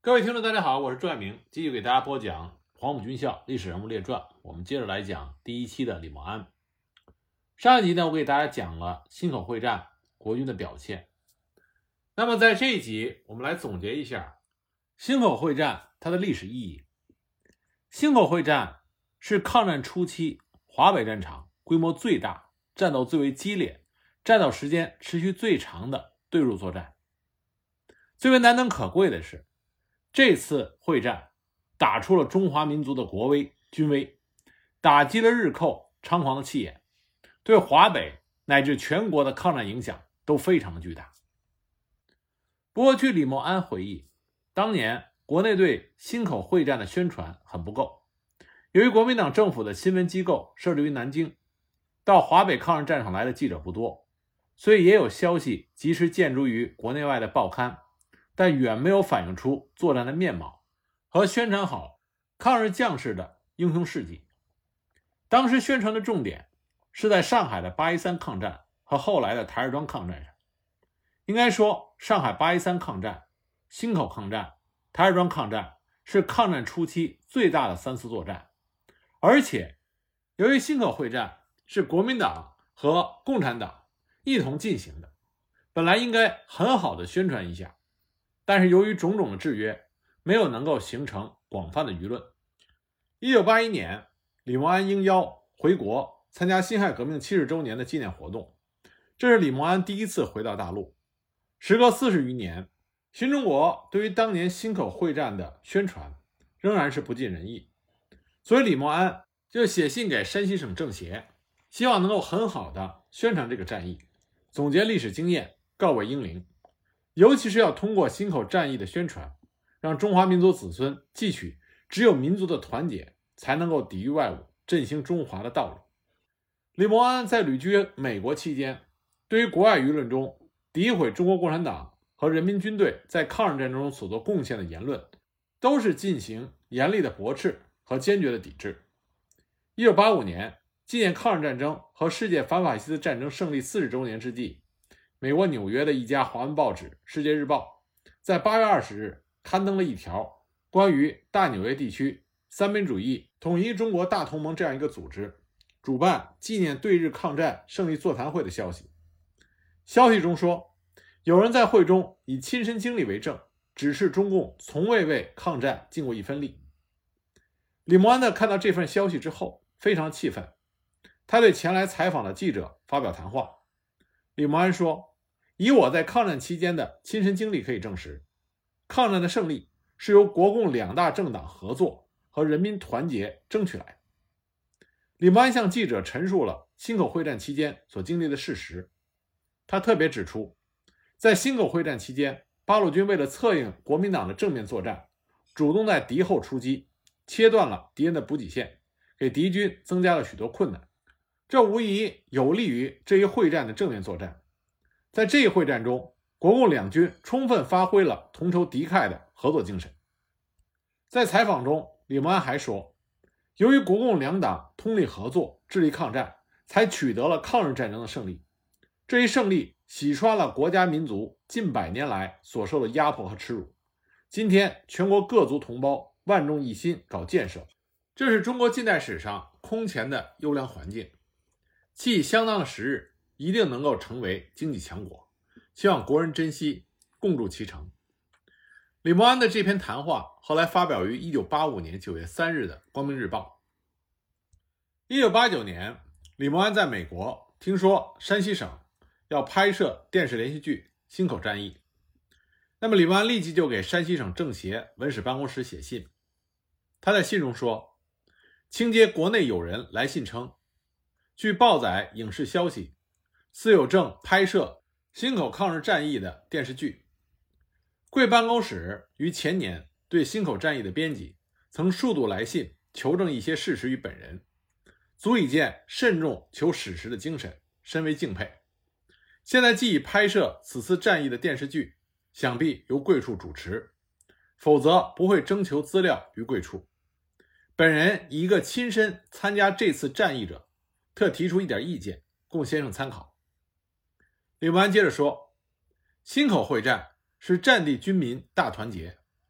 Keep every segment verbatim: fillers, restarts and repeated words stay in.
各位听众，大家好，我是朱爱明，继续给大家播讲《黄埔军校历史人物列传》。我们接着来讲第一期的李默安。上一集呢，我给大家讲了忻口会战国军的表现。那么在这一集，我们来总结一下忻口会战它的历史意义。忻口会战是抗战初期华北战场规模最大、战斗最为激烈、战斗时间持续最长的对入作战。最为难能可贵的是，这次会战打出了中华民族的国威军威，打击了日寇猖狂的气焰，对华北乃至全国的抗战影响都非常的巨大。不过据李默安回忆，当年国内对忻口会战的宣传很不够，由于国民党政府的新闻机构设置于南京，到华北抗日战场来的记者不多，所以也有消息及时见诸于国内外的报刊，但远没有反映出作战的面貌和宣传好抗日将士的英雄事迹。当时宣传的重点是在上海的八一三抗战和后来的台儿庄抗战上。应该说，上海八一三抗战、忻口抗战、台儿庄抗战是抗战初期最大的三次作战，而且由于忻口会战是国民党和共产党一同进行的，本来应该很好的宣传一下，但是由于种种的制约，没有能够形成广泛的舆论。一九八一年，李默安应邀回国参加辛亥革命七十周年的纪念活动，这是李默安第一次回到大陆。时隔四十余年，新中国对于当年忻口会战的宣传仍然是不尽人意，所以李默安就写信给山西省政协，希望能够很好的宣传这个战役，总结历史经验，告慰英灵，尤其是要通过忻口战役的宣传，让中华民族子孙汲取只有民族的团结才能够抵御外侮、振兴中华的道理。李默安在旅居美国期间，对于国外舆论中诋毁中国共产党和人民军队在抗日战争中所做贡献的言论，都是进行严厉的驳斥和坚决的抵制。一九八五年，纪念抗日战争和世界反法西斯战争胜利四十周年之际，美国纽约的一家华文报纸《世界日报》在八月二十日刊登了一条关于大纽约地区三民主义统一中国大同盟这样一个组织主办纪念对日抗战胜利座谈会的消息。消息中说，有人在会中以亲身经历为证，指示中共从未为抗战尽过一分力。李默安呢看到这份消息之后非常气愤，他对前来采访的记者发表谈话。李默安说，以我在抗战期间的亲身经历可以证实，抗战的胜利是由国共两大政党合作和人民团结争取来的。李默安向记者陈述了忻口会战期间所经历的事实。他特别指出，在忻口会战期间，八路军为了策应国民党的正面作战，主动在敌后出击，切断了敌人的补给线，给敌军增加了许多困难。这无疑有利于这一会战的正面作战。在这一会战中，国共两军充分发挥了同仇敌忾的合作精神。在采访中，李默安还说，由于国共两党通力合作，致力抗战，才取得了抗日战争的胜利。这一胜利洗刷了国家民族近百年来所受的压迫和耻辱。今天全国各族同胞万众一心搞建设，这是中国近代史上空前的优良环境，其相当的时日一定能够成为经济强国，希望国人珍惜，共筑其成。李默安的这篇谈话后来发表于一九八五年九月三日的《光明日报》。一九八九年，李默安在美国听说山西省要拍摄电视连续剧《忻口战役》，那么李默安立即就给山西省政协文史办公室写信。他在信中说，清接国内有人来信称，据报载影视消息，似有正拍摄忻口抗日战役的电视剧。贵办公室于前年对忻口战役的编辑曾数度来信求证一些事实与本人，足以见慎重求史实的精神，深为敬佩。现在既已拍摄此次战役的电视剧，想必由贵处主持，否则不会征求资料于贵处。本人以一个亲身参加这次战役者，特提出一点意见，供先生参考。李默安接着说，忻口会战是战地军民大团结，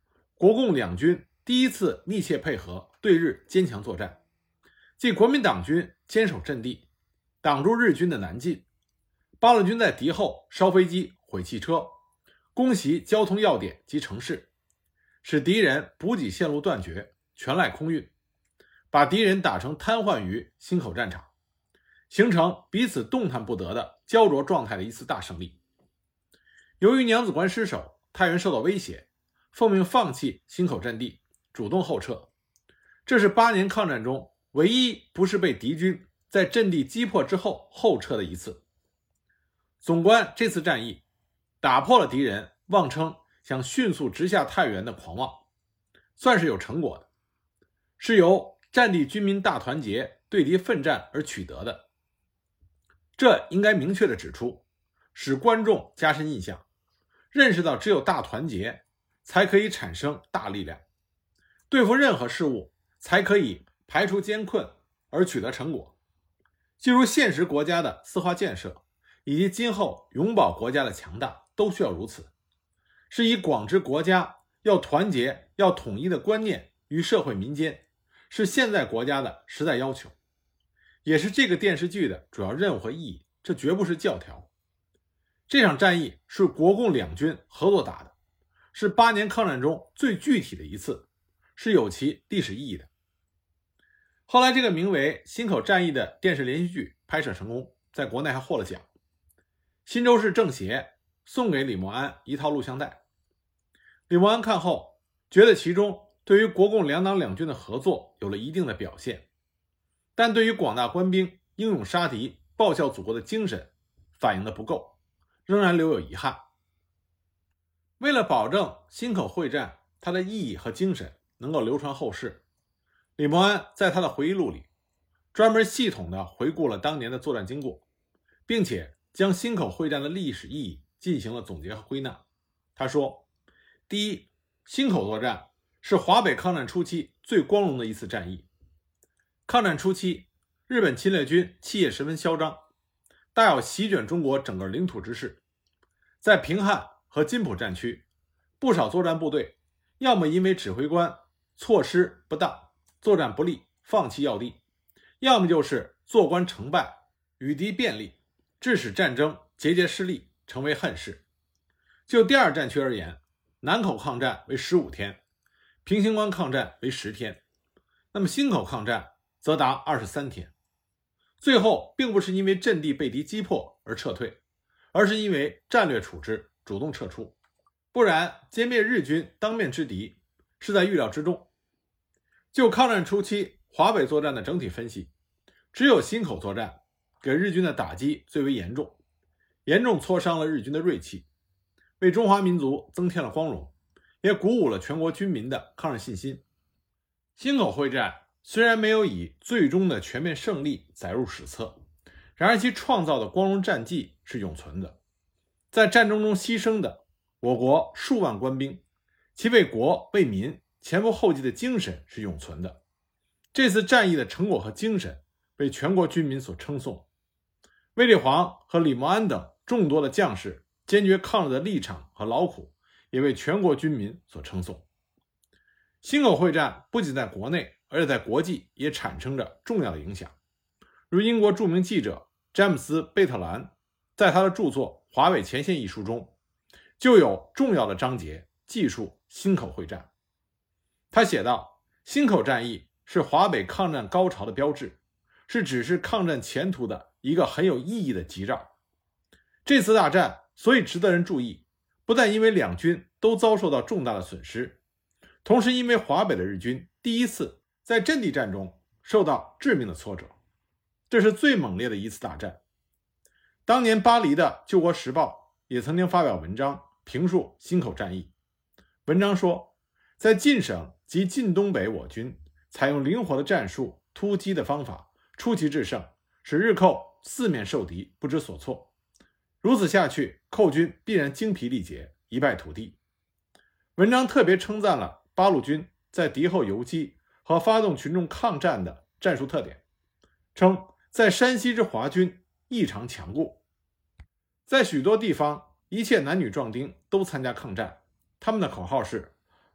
国共两军第一次密切配合对日坚强作战，即国民党军坚守阵地，挡住日军的南进，八路军在敌后烧飞机、毁汽车，攻袭交通要点及城市，使敌人补给线路断绝，全赖空运，把敌人打成瘫痪于忻口战场，形成彼此动弹不得的焦灼状态的一次大胜利。由于娘子关失守，太原受到威胁，奉命放弃忻口阵地，主动后撤。这是八年抗战中唯一不是被敌军在阵地击破之后后撤的一次。总观这次战役，打破了敌人妄称想迅速直下太原的狂妄，算是有成果的，是由战地军民大团结对敌奋战而取得的。这应该明确地指出，使观众加深印象，认识到只有大团结才可以产生大力量，对付任何事物才可以排除艰困而取得成果。进入现实国家的四化建设以及今后永保国家的强大都需要如此，是以广植国家要团结要统一的观念于社会民间，是现在国家的实在要求，也是这个电视剧的主要任务和意义，这绝不是教条。这场战役是国共两军合作打的，是八年抗战中最具体的一次，是有其历史意义的。后来这个名为《忻口战役》的电视连续剧拍摄成功，在国内还获了奖。新州市政协送给李默安一套录像带，李默安看后觉得其中对于国共两党两军的合作有了一定的表现，但对于广大官兵英勇杀敌、报效祖国的精神反映的不够，仍然留有遗憾。为了保证忻口会战它的意义和精神能够流传后世，李默安在他的回忆录里专门系统地回顾了当年的作战经过，并且将忻口会战的历史意义进行了总结和归纳。他说，第一，忻口作战是华北抗战初期最光荣的一次战役。抗战初期，日本侵略军气焰十分嚣张，大有席卷中国整个领土之势。在平汉和津浦战区，不少作战部队要么因为指挥官措施不当，作战不利，放弃要地，要么就是做官成败，与敌便利，致使战争节节失利，成为恨事。就第二战区而言，南口抗战为十五天，平型关抗战为十天，那么忻口抗战则达二十三天。最后并不是因为阵地被敌击破而撤退，而是因为战略处置主动撤出，不然歼灭日军当面之敌是在预料之中。就抗战初期华北作战的整体分析，只有忻口作战给日军的打击最为严重，严重挫伤了日军的锐气，为中华民族增添了光荣，也鼓舞了全国军民的抗日信心。忻口会战虽然没有以最终的全面胜利载入史册，然而其创造的光荣战绩是永存的。在战争中牺牲的我国数万官兵，其为国为民前赴后继的精神是永存的。这次战役的成果和精神被全国军民所称颂。卫立煌和李默安等众多的将士坚决抗日的立场和劳苦也为全国军民所称颂。忻口会战不仅在国内，而且在国际也产生着重要的影响。如英国著名记者詹姆斯·贝特兰在他的著作《华北前线》一书中就有重要的章节记述忻口会战。他写道，忻口战役是华北抗战高潮的标志，是指示抗战前途的一个很有意义的吉兆。这次大战所以值得人注意，不但因为两军都遭受到重大的损失，同时因为华北的日军第一次在阵地战中受到致命的挫折，这是最猛烈的一次大战。当年巴黎的《救国时报》也曾经发表文章评述忻口战役。文章说，在晋省及晋东北，我军采用灵活的战术突击的方法，出奇制胜，使日寇四面受敌，不知所措。如此下去，寇军必然精疲力竭，一败涂地。文章特别称赞了八路军在敌后游击和发动群众抗战的战术特点，称在山西之华军异常强固，在许多地方一切男女壮丁都参加抗战，他们的口号是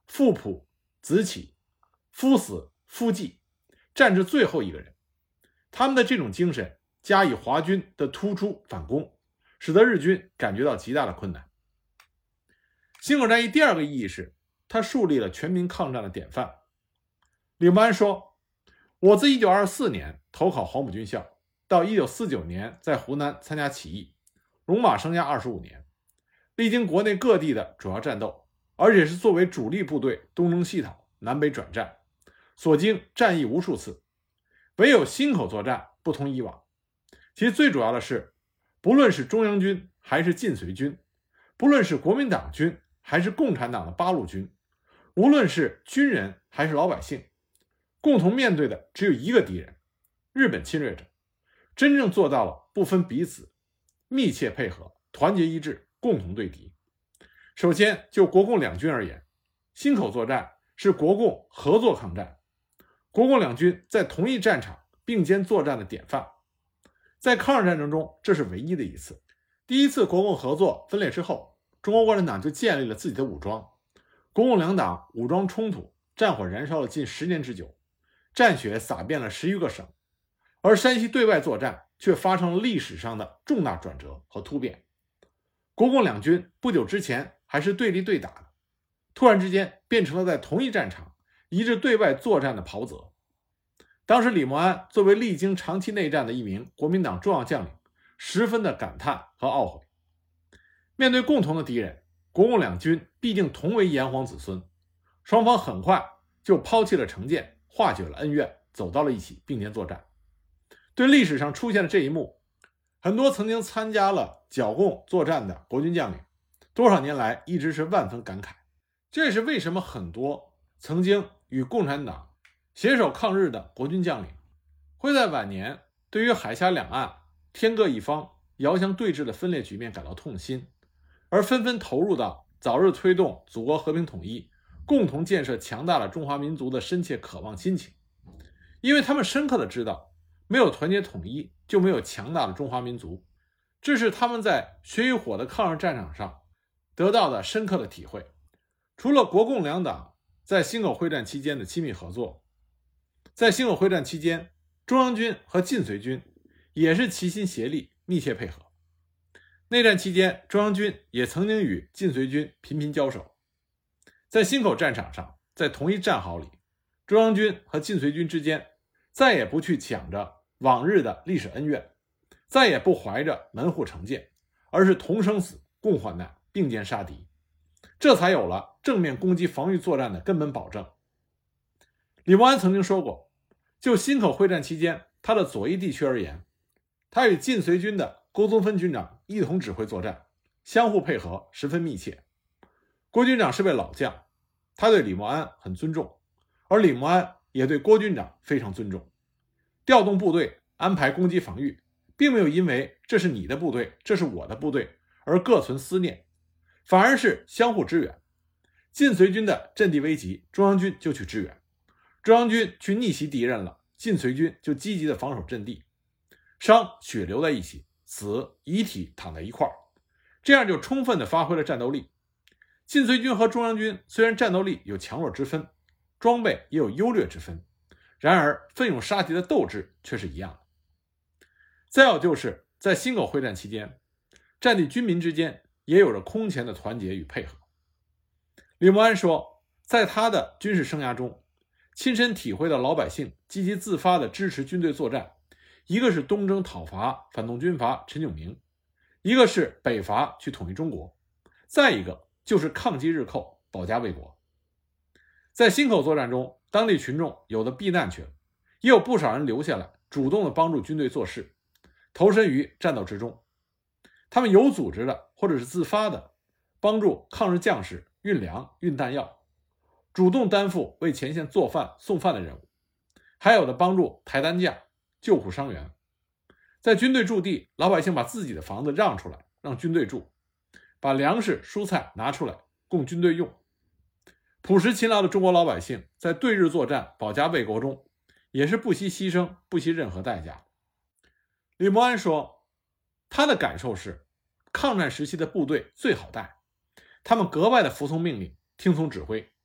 父仆子启，夫死夫继，战至最后一个人。他们的这种精神加以华军的突出反攻，使得日军感觉到极大的困难。兴口战役第二个意义是，它树立了全民抗战的典范。李默安说，我自一九二四年投考黄埔军校，到一九四九年在湖南参加起义，戎马生涯二十五年，历经国内各地的主要战斗，而且是作为主力部队东征西讨、南北转战，所经战役无数次，唯有兴口作战不同以往。其最主要的是，不论是中央军还是晋绥军，不论是国民党军还是共产党的八路军，无论是军人还是老百姓，共同面对的只有一个敌人，日本侵略者，真正做到了不分彼此，密切配合，团结一致，共同对敌。首先，就国共两军而言，兴口作战是国共合作抗战，国共两军在同一战场并肩作战的典范。在抗日战争中，这是唯一的一次。第一次国共合作分裂之后，中国共产党就建立了自己的武装，国共两党武装冲突，战火燃烧了近十年之久，战血洒遍了十余个省，而山西对外作战却发生了历史上的重大转折和突变。国共两军不久之前还是对立对打的，突然之间变成了在同一战场一致对外作战的袍泽。当时李默安作为历经长期内战的一名国民党重要将领，十分的感叹和懊悔。面对共同的敌人，国共两军毕竟同为炎黄子孙，双方很快就抛弃了成见，化解了恩怨，走到了一起，并肩作战。对历史上出现的这一幕，很多曾经参加了剿共作战的国军将领，多少年来一直是万分感慨。这也是为什么很多曾经与共产党携手抗日的国军将领，会在晚年对于海峡两岸天各一方、遥相对峙的分裂局面感到痛心，而纷纷投入到早日推动祖国和平统一、共同建设强大的中华民族的深切渴望心情。因为他们深刻的知道，没有团结统一，就没有强大的中华民族，这是他们在血与火的抗日战场上得到的深刻的体会。除了国共两党在兴口会战期间的亲密合作，在兴口会战期间，中央军和晋绥军也是齐心协力，密切配合。内战期间，中央军也曾经与晋绥军频频交手。在兴口战场上，在同一战壕里，中央军和晋绥军之间再也不去抢着往日的历史恩怨，再也不怀着门户成见，而是同生死，共患难，并肩杀敌，这才有了正面攻击防御作战的根本保证。李默安曾经说过，就兴口会战期间他的左翼地区而言，他与晋绥军的郭宗汾军长一同指挥作战，相互配合十分密切。郭军长是位老将，他对李默安很尊重，而李默安也对郭军长非常尊重。调动部队，安排攻击防御，并没有因为这是你的部队，这是我的部队而各存思念，反而是相互支援。晋绥军的阵地危急，中央军就去支援，中央军去逆袭敌人了，晋绥军就积极的防守阵地，伤血流在一起，死遗体躺在一块儿，这样就充分的发挥了战斗力。晋绥军和中央军虽然战斗力有强弱之分，装备也有优劣之分，然而奋勇杀敌的斗志却是一样的。再有就是在兴口会战期间，战地军民之间也有着空前的团结与配合。李默安说，在他的军事生涯中，亲身体会到老百姓积极自发地支持军队作战，一个是东征讨伐反动军阀陈炯明，一个是北伐去统一中国，再一个就是抗击日寇，保家卫国。在兴口作战中，当地群众有的避难去了，也有不少人留下来，主动的帮助军队做事，投身于战斗之中。他们有组织的或者是自发的帮助抗日将士运粮运弹药，主动担负为前线做饭送饭的任务，还有的帮助抬担架救护伤员。在军队驻地，老百姓把自己的房子让出来让军队住，把粮食蔬菜拿出来供军队用。朴实勤劳的中国老百姓在对日作战保家卫国中也是不惜牺牲不惜任何代价。李默安说，他的感受是抗战时期的部队最好带，他们格外的服从命令，听从指挥，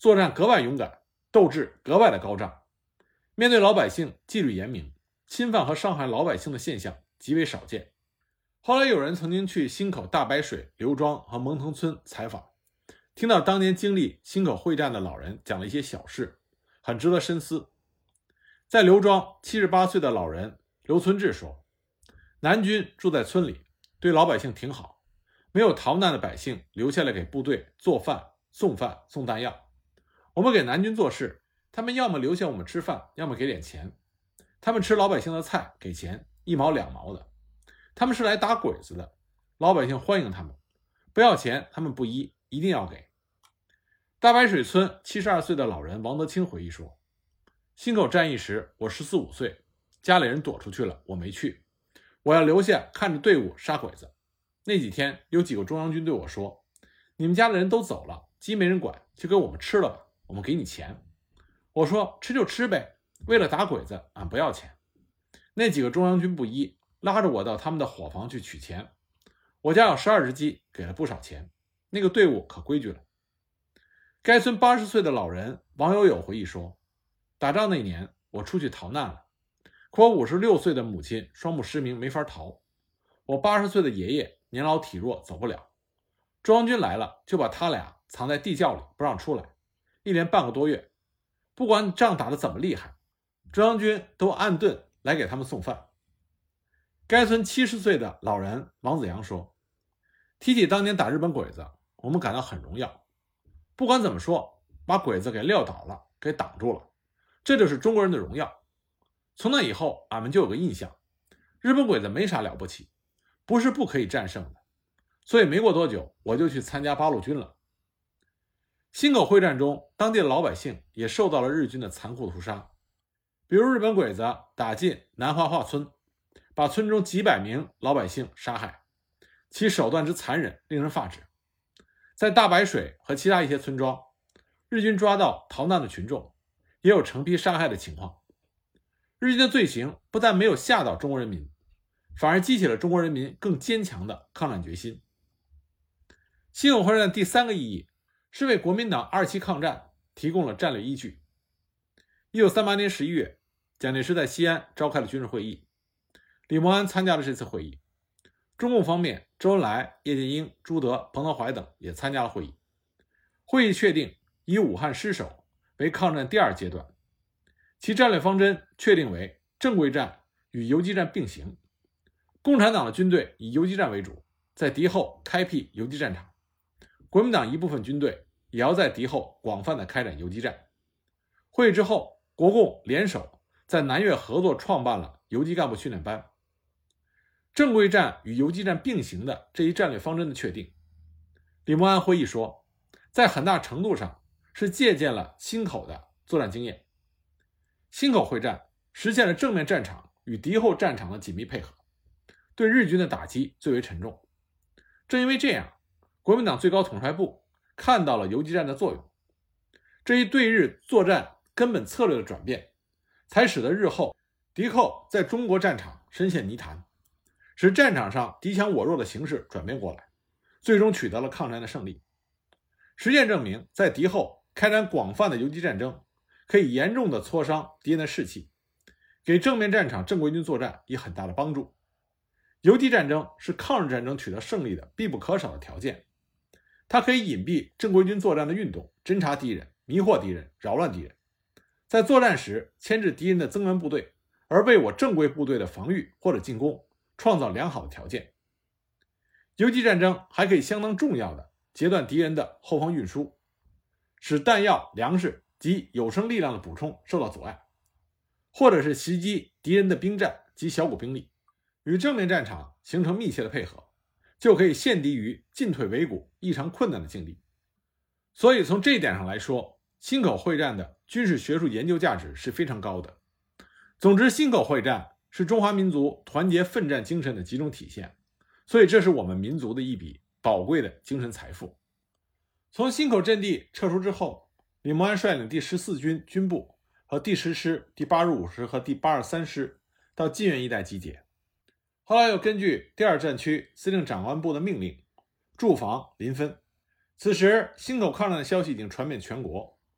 作战格外勇敢，斗志格外的高涨。面对老百姓纪律严明，侵犯和伤害老百姓的现象极为少见。后来有人曾经去忻口大白水、刘庄和蒙腾村采访，听到当年经历忻口会战的老人讲了一些小事，很值得深思。在刘庄，七十八岁的老人刘存志说，南军住在村里，对老百姓挺好，没有逃难的百姓留下来给部队做饭、送饭、送弹药。我们给南军做事，他们要么留下我们吃饭，要么给点钱。他们吃老百姓的菜给钱，一毛两毛的。他们是来打鬼子的，老百姓欢迎他们，不要钱他们不依，一定要给。大白水村七十二岁的老人王德清回忆说，忻口战役时我十四五岁，家里人躲出去了，我没去，我要留下看着队伍杀鬼子。那几天有几个中央军对我说，你们家的人都走了，鸡没人管，就给我们吃了吧，我们给你钱。我说吃就吃呗，为了打鬼子俺不要钱。那几个中央军不依，拉着我到他们的伙房去取钱。我家有十二只鸡，给了不少钱，那个队伍可规矩了。该村八十岁的老人王友友回忆说，打仗那年我出去逃难了，可我五十六岁的母亲双目失明，没法逃。我八十岁的爷爷年老体弱，走不了。中央军来了，就把他俩藏在地窖里不让出来，一连半个多月。不管仗打得怎么厉害，中央军都按顿来给他们送饭。该村七十岁的老人王子阳说，提起当年打日本鬼子，我们感到很荣耀。不管怎么说，把鬼子给撂倒了，给挡住了，这就是中国人的荣耀。从那以后，俺们就有个印象，日本鬼子没啥了不起，不是不可以战胜的。所以没过多久，我就去参加八路军了。忻口会战中，当地的老百姓也受到了日军的残酷屠杀。比如日本鬼子打进南华化村，把村中几百名老百姓杀害，其手段之残忍令人发指。在大白水和其他一些村庄，日军抓到逃难的群众，也有成批杀害的情况。日军的罪行不但没有吓倒中国人民，反而激起了中国人民更坚强的抗战决心。忻口会战的第三个意义是为国民党二期抗战提供了战略依据。一九三八年十一月，蒋介石在西安召开了军事会议，李默安参加了这次会议。中共方面，周恩来、叶剑英、朱德、彭德怀等也参加了会议。会议确定以武汉失守为抗战第二阶段，其战略方针确定为正规战与游击战并行。共产党的军队以游击战为主，在敌后开辟游击战场。国民党一部分军队也要在敌后广泛的开展游击战。会议之后，国共联手在南越合作创办了游击干部训练班。正规战与游击战并行的这一战略方针的确定，李默安会议说，在很大程度上是借鉴了忻口的作战经验。忻口会战实现了正面战场与敌后战场的紧密配合，对日军的打击最为沉重。正因为这样，国民党最高统帅部看到了游击战的作用。这一对日作战根本策略的转变，才使得日后敌后在中国战场深陷泥潭，使战场上敌强我弱的形势转变过来，最终取得了抗战的胜利。实践证明，在敌后开展广泛的游击战争，可以严重的挫伤敌人的士气，给正面战场正规军作战以很大的帮助。游击战争是抗日战争取得胜利的必不可少的条件，它可以隐蔽正规军作战的运动，侦察敌人，迷惑敌人，扰乱敌人，在作战时牵制敌人的增援部队，而为我正规部队的防御或者进攻创造良好的条件。游击战争还可以相当重要的截断敌人的后方运输，使弹药、粮食及有生力量的补充受到阻碍，或者是袭击敌人的兵站及小股兵力，与正面战场形成密切的配合，就可以陷敌于进退维谷异常困难的境地。所以从这一点上来说，忻口会战的军事学术研究价值是非常高的。总之，忻口会战是中华民族团结奋战精神的集中体现，所以这是我们民族的一笔宝贵的精神财富。从忻口阵地撤出之后，李默安率领第十四军军部和第十师、第八十五师和第八十三师到晋源一带集结。后来又根据第二战区司令长官部的命令，驻防临汾。此时忻口抗战的消息已经传遍全国，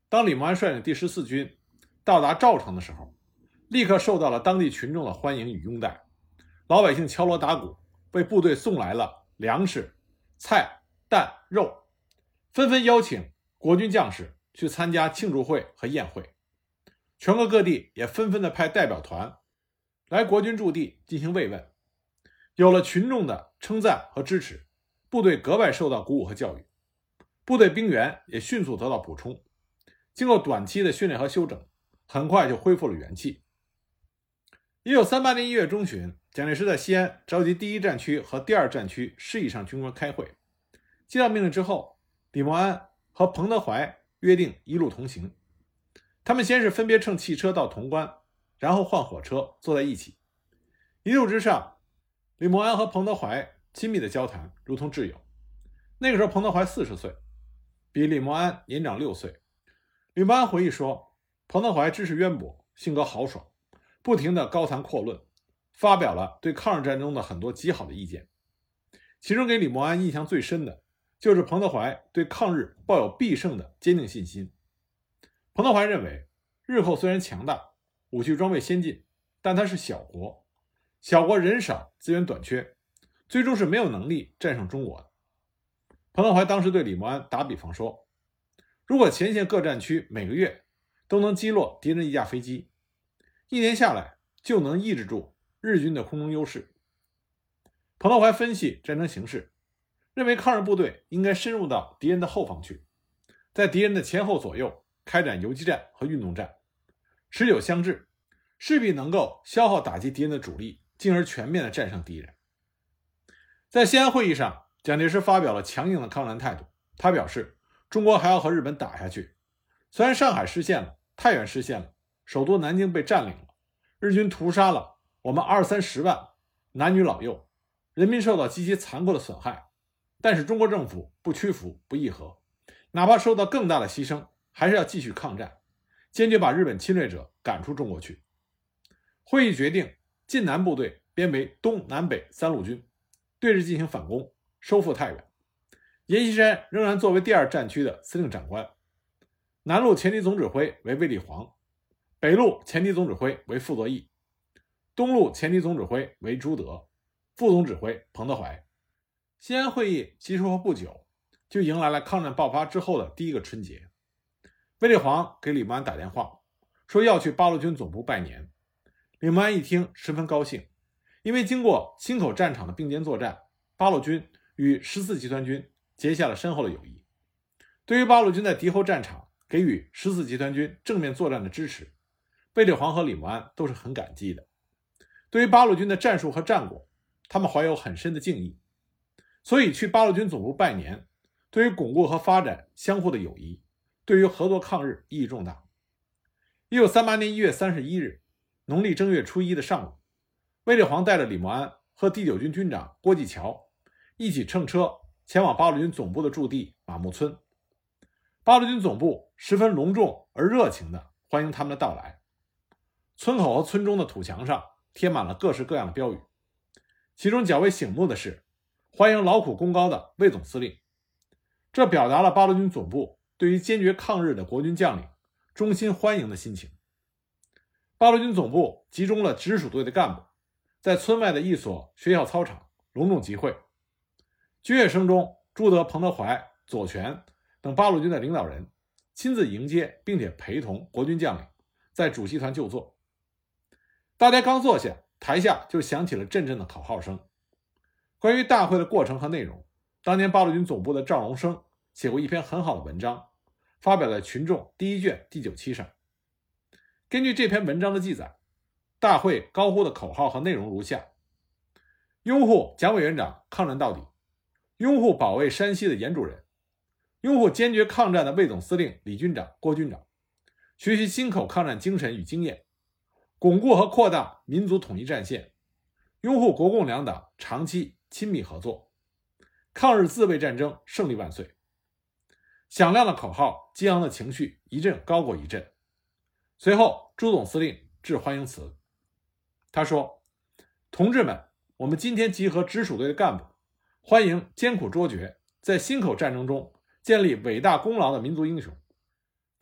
当李默安率领第十四军到达赵城的时候，立刻受到了当地群众的欢迎与拥戴，老百姓敲锣打鼓，为部队送来了粮食、菜、蛋、肉，纷纷邀请国军将士去参加庆祝会和宴会。全国各地也纷纷的派代表团来国军驻地进行慰问。有了群众的称赞和支持，部队格外受到鼓舞和教育，部队兵员也迅速得到补充。经过短期的训练和休整，很快就恢复了元气。一九三八年一月中旬，蒋介石在西安召集第一战区和第二战区师以上军官开会，接到命令之后，李默安和彭德怀约定一路同行。他们先是分别乘汽车到潼关，然后换火车坐在一起。一路之上，李默安和彭德怀亲密的交谈，如同挚友。那个时候彭德怀四十岁，比李默安年长六岁。李默安回忆说，彭德怀知识渊博，性格豪爽，不停地高谈阔论，发表了对抗日战争的很多极好的意见。其中给李默安印象最深的就是彭德怀对抗日抱有必胜的坚定信心。彭德怀认为，日后虽然强大，武器装备先进，但它是小国，小国人少，资源短缺，最终是没有能力战胜中国的。彭德怀当时对李默安打比方说，如果前线各战区每个月都能击落敌人一架飞机，一年下来就能抑制住日军的空中优势。彭德怀分析战争形势，认为抗日部队应该深入到敌人的后方去，在敌人的前后左右开展游击战和运动战，持久相制，势必能够消耗打击敌人的主力，进而全面的战胜敌人。在西安会议上，蒋介石发表了强硬的抗战态度。他表示，中国还要和日本打下去，虽然上海失陷了，太原失陷了，首都南京被占领了，日军屠杀了我们二三十万男女老幼，人民受到极其残酷的损害，但是中国政府不屈服不议和，哪怕受到更大的牺牲，还是要继续抗战，坚决把日本侵略者赶出中国去。会议决定晋南部队编为东南北三路军，对日进行反攻，收复太原。阎锡山仍然作为第二战区的司令长官，南路前敌总指挥为卫立煌，北路前敌总指挥为傅作义，东路前敌总指挥为朱德，副总指挥彭德怀。西安会议结束后不久，就迎来了抗战爆发之后的第一个春节。卫立煌给李默安打电话，说要去八路军总部拜年。李默安一听十分高兴，因为经过忻口战场的并肩作战，八路军与十四集团军结下了深厚的友谊。对于八路军在敌后战场给予十四集团军正面作战的支持，卫立煌和李默安都是很感激的。对于八路军的战术和战果，他们怀有很深的敬意，所以去八路军总部拜年，对于巩固和发展相互的友谊，对于合作抗日意义重大。一九三八年一月三十一日，农历正月初一的上午，卫立煌带着李默安和第九军军长郭继桥一起乘车前往八路军总部的驻地马木村。八路军总部十分隆重而热情地欢迎他们的到来，村口和村中的土墙上贴满了各式各样的标语，其中较为醒目的是欢迎劳苦功高的卫总司令。这表达了八路军总部对于坚决抗日的国军将领衷心欢迎的心情。八路军总部集中了直属队的干部，在村外的一所学校操场隆重集会。军乐声中，朱德、彭德怀、左权等八路军的领导人亲自迎接并且陪同国军将领在主席团就坐。大家刚坐下，台下就响起了阵阵的口号声。关于大会的过程和内容，当年八路军总部的赵荣生写过一篇很好的文章，发表在群众第一卷第九期上。根据这篇文章的记载，大会高呼的口号和内容如下：拥护蒋委员长抗战到底，拥护保卫山西的严主任，拥护坚决抗战的卫总司令李军长、郭军长，学习忻口抗战精神与经验，巩固和扩大民族统一战线，拥护国共两党长期亲密合作，抗日自卫战争胜利万岁。响亮的口号，激昂的情绪一阵高过一阵。随后朱总司令致欢迎词，他说：同志们，我们今天集合直属队的干部，欢迎艰苦卓绝，在忻口战争中建立伟大功劳的民族英雄。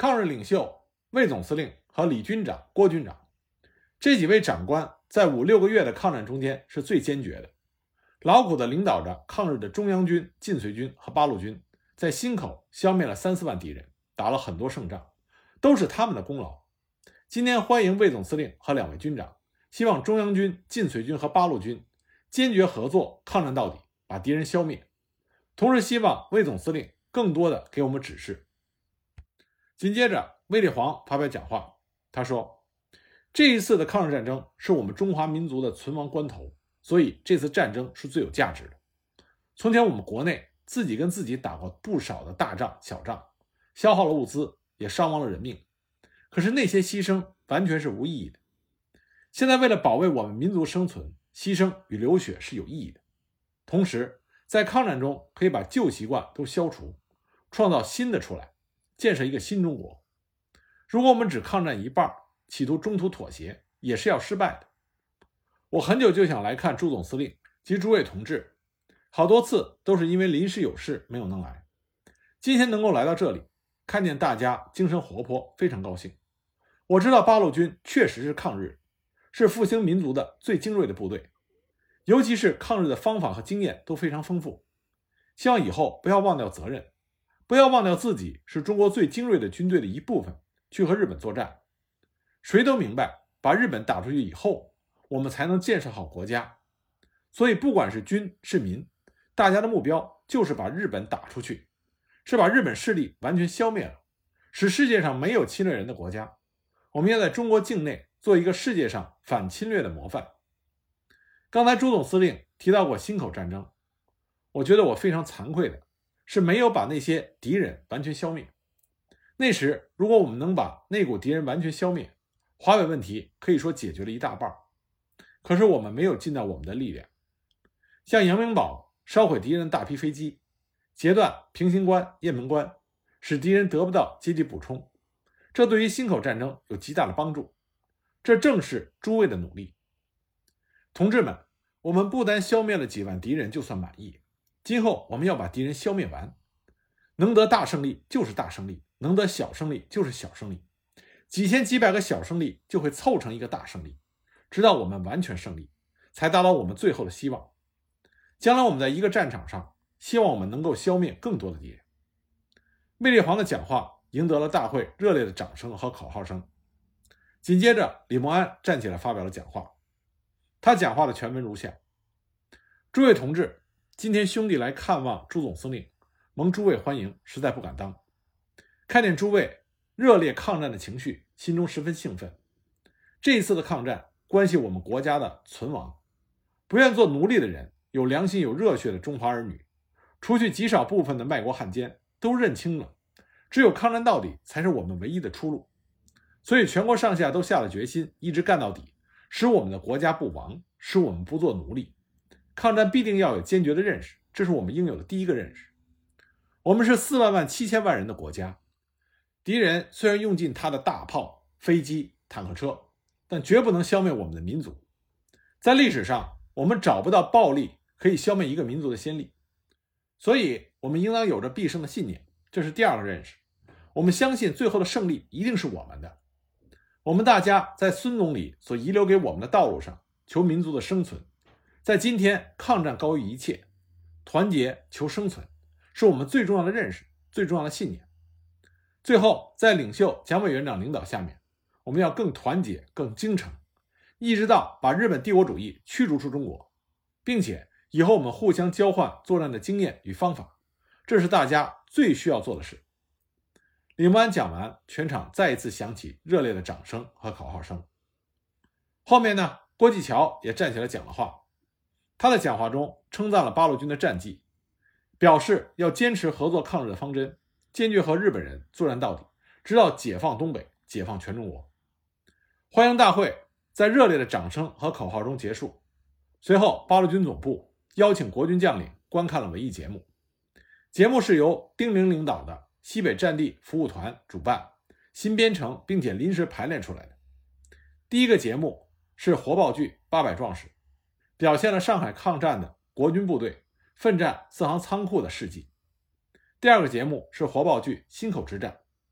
抗日领袖魏总司令和李军长、郭军长这几位长官在五六个月的抗战中间是最坚决的，劳苦地领导着抗日的中央军、晋绥军和八路军，在忻口消灭了三四万敌人，打了很多胜仗，都是他们的功劳。今天欢迎魏总司令和两位军长，希望中央军、晋绥军和八路军坚决合作，抗战到底，把敌人消灭。同时希望魏总司令更多的给我们指示。紧接着，卫立煌发表讲话，他说，这一次的抗日战争是我们中华民族的存亡关头，所以这次战争是最有价值的。从前我们国内自己跟自己打过不少的大仗、小仗，消耗了物资，也伤亡了人命，可是那些牺牲完全是无意义的。现在为了保卫我们民族生存，牺牲与流血是有意义的。同时在抗战中可以把旧习惯都消除，创造新的出来，建设一个新中国。如果我们只抗战一半，企图中途妥协，也是要失败的。我很久就想来看朱总司令及诸位同志，好多次都是因为临时有事没有能来。今天能够来到这里，看见大家精神活泼，非常高兴。我知道八路军确实是抗日，是复兴民族的最精锐的部队，尤其是抗日的方法和经验都非常丰富。希望以后不要忘掉责任，不要忘掉自己是中国最精锐的军队的一部分，去和日本作战。谁都明白，把日本打出去以后，我们才能建设好国家。所以不管是军是民，大家的目标就是把日本打出去，是把日本势力完全消灭了，使世界上没有侵略人的国家。我们要在中国境内做一个世界上反侵略的模范。刚才朱总司令提到过忻口战争，我觉得我非常惭愧的是没有把那些敌人完全消灭。那时如果我们能把那股敌人完全消灭，华北问题可以说解决了一大半。可是我们没有尽到我们的力量，像杨明堡烧毁敌人的大批飞机，截断平型关、雁门关，使敌人得不到阶级补充，这对于忻口战争有极大的帮助。这正是诸位的努力。同志们，我们不单消灭了几万敌人就算满意，今后我们要把敌人消灭完。能得大胜利就是大胜利，能得小胜利就是小胜利，几千几百个小胜利就会凑成一个大胜利，直到我们完全胜利，才达到我们最后的希望。将来我们在一个战场上，希望我们能够消灭更多的敌人。卫立煌的讲话赢得了大会热烈的掌声和口号声。紧接着，李默安站起来发表了讲话。他讲话的全文如下：诸位同志，今天兄弟来看望朱总司令，蒙诸位欢迎，实在不敢当。看见诸位热烈抗战的情绪，心中十分兴奋。这一次的抗战关系我们国家的存亡，不愿做奴隶的人，有良心有热血的中华儿女，除去极少部分的卖国汉奸，都认清了只有抗战到底才是我们唯一的出路。所以全国上下都下了决心，一直干到底，使我们的国家不亡，使我们不做奴隶。抗战必定要有坚决的认识，这是我们应有的第一个认识。我们是四万万七千万人的国家，敌人虽然用尽他的大炮、飞机、坦克车，但绝不能消灭我们的民族。在历史上，我们找不到暴力可以消灭一个民族的先例，所以我们应当有着必胜的信念，这是第二个认识。我们相信最后的胜利一定是我们的。我们大家在孙总理所遗留给我们的道路上求民族的生存，在今天抗战高于一切，团结求生存是我们最重要的认识，最重要的信念。最后，在领袖蒋委员长领导下面，我们要更团结更精诚，一直到把日本帝国主义驱逐出中国，并且以后我们互相交换作战的经验与方法，这是大家最需要做的事。李默安讲完，全场再一次响起热烈的掌声和口号声。后面呢，郭继桥也站起来讲了话。他的讲话中称赞了八路军的战绩，表示要坚持合作抗日的方针，坚决和日本人作战到底，直到解放东北，解放全中国。欢迎大会在热烈的掌声和口号中结束。随后，八路军总部邀请国军将领观看了文艺节目。节目是由丁玲领导的西北战地服务团主办，新编成并且临时排练出来的。第一个节目是火爆剧《八百壮士》，表现了上海抗战的国军部队奋战四行仓库的事迹。第二个节目是火爆剧《忻口之战》，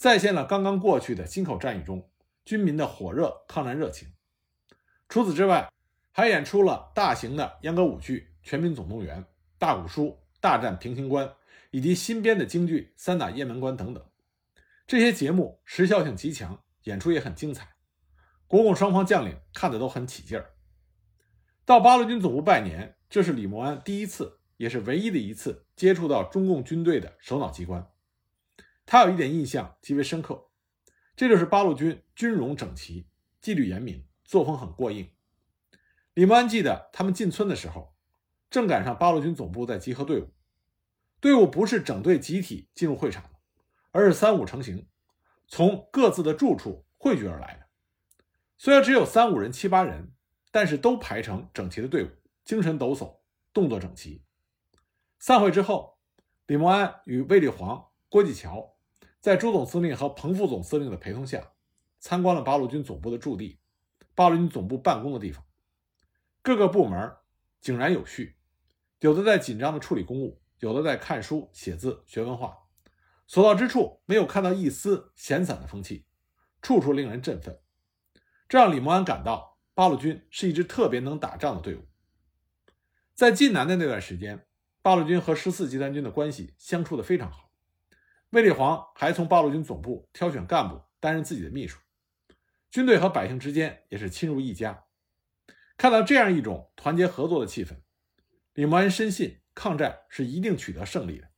再现了刚刚过去的忻口战役中军民的火热抗战热情。除此之外，还演出了大型的秧歌舞剧《全民总动员》、大鼓书、大战平型关，以及新编的京剧《三打雁门关》等等。这些节目时效性极强，演出也很精彩，国共双方将领看得都很起劲儿。到八路军总部拜年，这是李默安第一次也是唯一的一次接触到中共军队的首脑机关。他有一点印象极为深刻，这就是八路军军容整齐，纪律严明，作风很过硬。李默安记得他们进村的时候，正赶上八路军总部在集合队伍，队伍不是整队集体进入会场的，而是三五成行，从各自的住处汇聚而来的。虽然只有三五人七八人，但是都排成整齐的队伍，精神抖擞，动作整齐。散会之后，李默安与卫立煌、郭继桥在朱总司令和彭副总司令的陪同下，参观了八路军总部的驻地，八路军总部办公的地方。各个部门井然有序，有的在紧张地处理公务，有的在看书写字学文化，所到之处没有看到一丝闲散的风气，处处令人振奋。这让李默安感到八路军是一支特别能打仗的队伍。在晋南的那段时间，八路军和十四集团军的关系相处得非常好，卫立煌还从八路军总部挑选干部担任自己的秘书，军队和百姓之间也是亲如一家。看到这样一种团结合作的气氛，李默安深信抗战是一定取得胜利的。